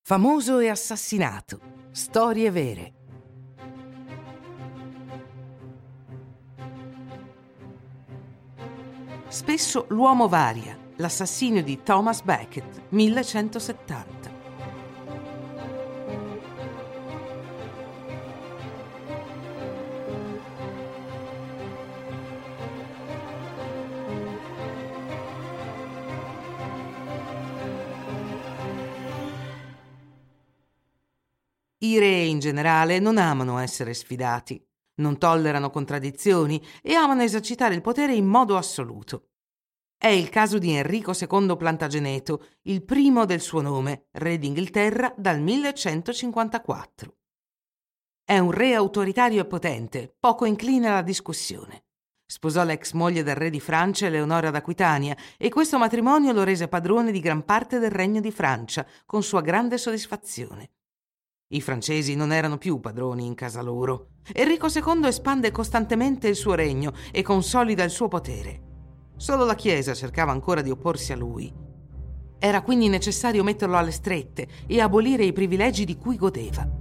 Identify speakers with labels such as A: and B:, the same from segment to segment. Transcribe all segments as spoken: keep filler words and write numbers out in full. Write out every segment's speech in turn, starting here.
A: Famoso e assassinato. Storie vere. Spesso l'uomo varia. L'assassinio di Thomas Becket, millecentosettanta. I re in generale non amano essere sfidati, non tollerano contraddizioni e amano esercitare il potere in modo assoluto. È il caso di Enrico secondo Plantageneto, il primo del suo nome, re d'Inghilterra dal millecentocinquantaquattro. È un re autoritario e potente, poco incline alla discussione. Sposò l'ex moglie del re di Francia, Eleonora d'Aquitania, e questo matrimonio lo rese padrone di gran parte del regno di Francia, con sua grande soddisfazione. I francesi non erano più padroni in casa loro. Enrico secondo espande costantemente il suo regno e consolida il suo potere. Solo la Chiesa cercava ancora di opporsi a lui. Era quindi necessario metterlo alle strette e abolire i privilegi di cui godeva.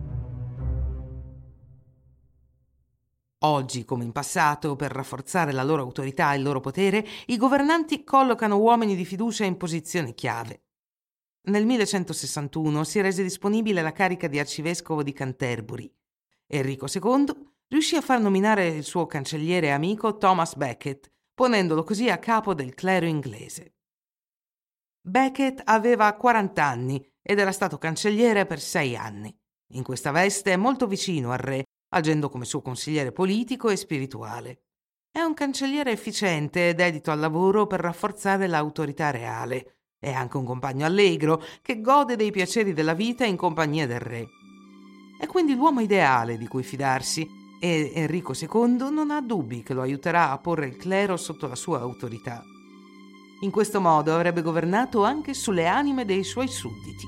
A: Oggi, come in passato, per rafforzare la loro autorità e il loro potere, i governanti collocano uomini di fiducia in posizioni chiave. Nel millecentosessantuno si rese disponibile la carica di arcivescovo di Canterbury. Enrico secondo riuscì a far nominare il suo cancelliere e amico Thomas Becket, ponendolo così a capo del clero inglese. Becket aveva quaranta anni ed era stato cancelliere per sei anni. In questa veste è molto vicino al re, agendo come suo consigliere politico e spirituale. È un cancelliere efficiente e dedito al lavoro per rafforzare l'autorità reale. È anche un compagno allegro che gode dei piaceri della vita in compagnia del re. È quindi l'uomo ideale di cui fidarsi e Enrico secondo non ha dubbi che lo aiuterà a porre il clero sotto la sua autorità. In questo modo avrebbe governato anche sulle anime dei suoi sudditi.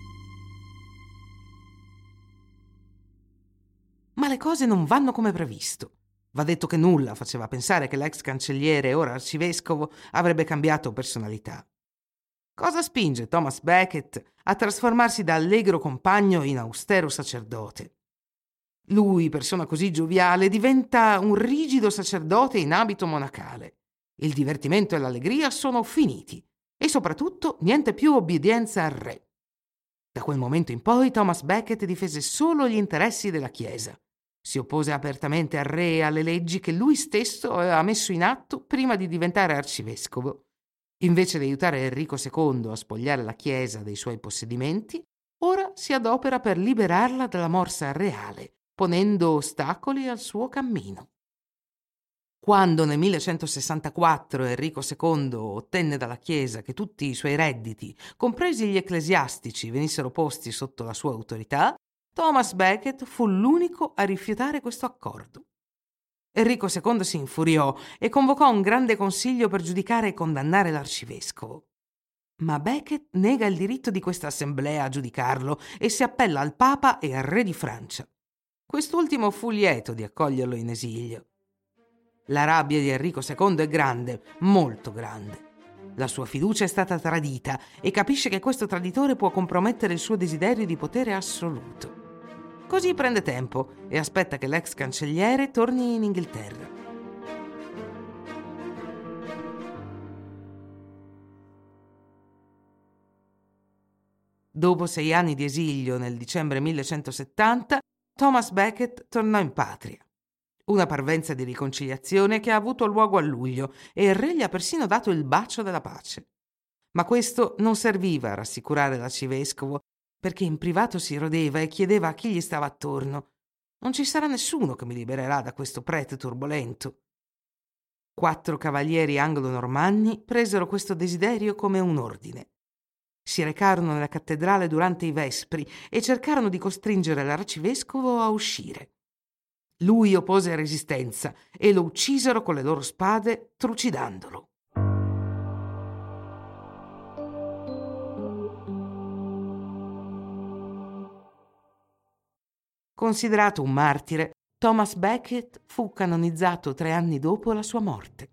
A: Ma le cose non vanno come previsto. Va detto che nulla faceva pensare che l'ex cancelliere e ora arcivescovo avrebbe cambiato personalità. Cosa spinge Thomas Becket a trasformarsi da allegro compagno in austero sacerdote? Lui, persona così gioviale, diventa un rigido sacerdote in abito monacale. Il divertimento e l'allegria sono finiti e soprattutto niente più obbedienza al re. Da quel momento in poi Thomas Becket difese solo gli interessi della Chiesa. Si oppose apertamente al re e alle leggi che lui stesso aveva messo in atto prima di diventare arcivescovo. Invece di aiutare Enrico secondo a spogliare la Chiesa dei suoi possedimenti, ora si adopera per liberarla dalla morsa reale, ponendo ostacoli al suo cammino. Quando nel millecentosessantaquattro Enrico secondo ottenne dalla Chiesa che tutti i suoi redditi, compresi gli ecclesiastici, venissero posti sotto la sua autorità, Thomas Becket fu l'unico a rifiutare questo accordo. Enrico secondo si infuriò e convocò un grande consiglio per giudicare e condannare l'arcivescovo. Ma Becket nega il diritto di questa assemblea a giudicarlo e si appella al Papa e al re di Francia. Quest'ultimo fu lieto di accoglierlo in esilio. La rabbia di Enrico secondo è grande, molto grande. La sua fiducia è stata tradita e capisce che questo traditore può compromettere il suo desiderio di potere assoluto. Così prende tempo e aspetta che l'ex cancelliere torni in Inghilterra. Dopo sei anni di esilio nel dicembre millecentosettanta, Thomas Becket tornò in patria. Una parvenza di riconciliazione che ha avuto luogo a luglio e il re gli ha persino dato il bacio della pace. Ma questo non serviva a rassicurare l'arcivescovo, perché in privato si rodeva e chiedeva a chi gli stava attorno: «Non ci sarà nessuno che mi libererà da questo prete turbolento». Quattro cavalieri anglo-normanni presero questo desiderio come un ordine. Si recarono nella cattedrale durante i vespri e cercarono di costringere l'arcivescovo a uscire. Lui oppose resistenza e lo uccisero con le loro spade, trucidandolo. Considerato un martire, Thomas Becket fu canonizzato tre anni dopo la sua morte.